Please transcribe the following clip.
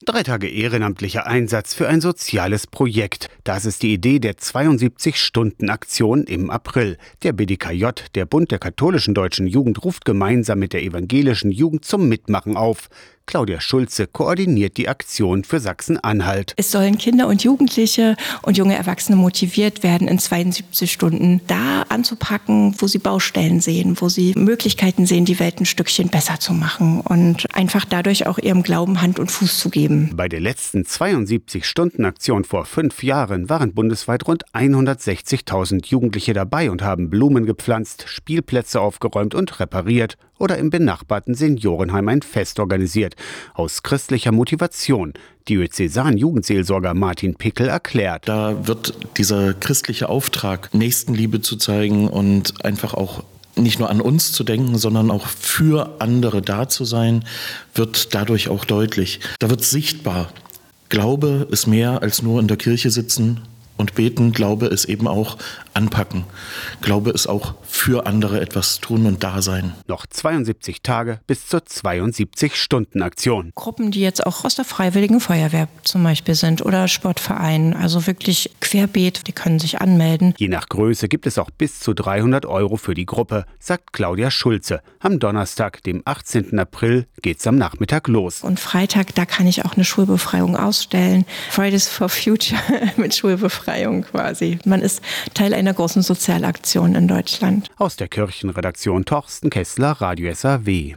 3 Tage ehrenamtlicher Einsatz für ein soziales Projekt. Das ist die Idee der 72-Stunden-Aktion im April. Der BDKJ, der Bund der katholischen deutschen Jugend, ruft gemeinsam mit der evangelischen Jugend zum Mitmachen auf. Claudia Schulze koordiniert die Aktion für Sachsen-Anhalt. Es sollen Kinder und Jugendliche und junge Erwachsene motiviert werden, in 72 Stunden da anzupacken, wo sie Baustellen sehen, wo sie Möglichkeiten sehen, die Welt ein Stückchen besser zu machen und einfach dadurch auch ihrem Glauben Hand und Fuß zu geben. Bei der letzten 72-Stunden-Aktion vor 5 Jahren waren bundesweit rund 160.000 Jugendliche dabei und haben Blumen gepflanzt, Spielplätze aufgeräumt und repariert oder im benachbarten Seniorenheim ein Fest organisiert. Aus christlicher Motivation. Diözesan-Jugendseelsorger Martin Pickel erklärt. Da wird dieser christliche Auftrag, Nächstenliebe zu zeigen und einfach auch nicht nur an uns zu denken, sondern auch für andere da zu sein, wird dadurch auch deutlich. Da wird sichtbar. Glaube ist mehr als nur in der Kirche sitzen und beten. Glaube ist eben auch anpacken. Glaube ist auch für andere etwas tun und da sein. Noch 72 Tage bis zur 72-Stunden-Aktion. Gruppen, die jetzt auch aus der Freiwilligen Feuerwehr zum Beispiel sind oder Sportvereinen, also wirklich querbeet, die können sich anmelden. Je nach Größe gibt es auch bis zu 300 € für die Gruppe, sagt Claudia Schulze. Am Donnerstag, dem 18. April, geht's am Nachmittag los. Und Freitag, da kann ich auch eine Schulbefreiung ausstellen. Fridays for Future mit Schulbefreiung quasi. Man ist Teil einer großen Sozialaktion in Deutschland. Aus der Kirchenredaktion Torsten Kessler, Radio SAW.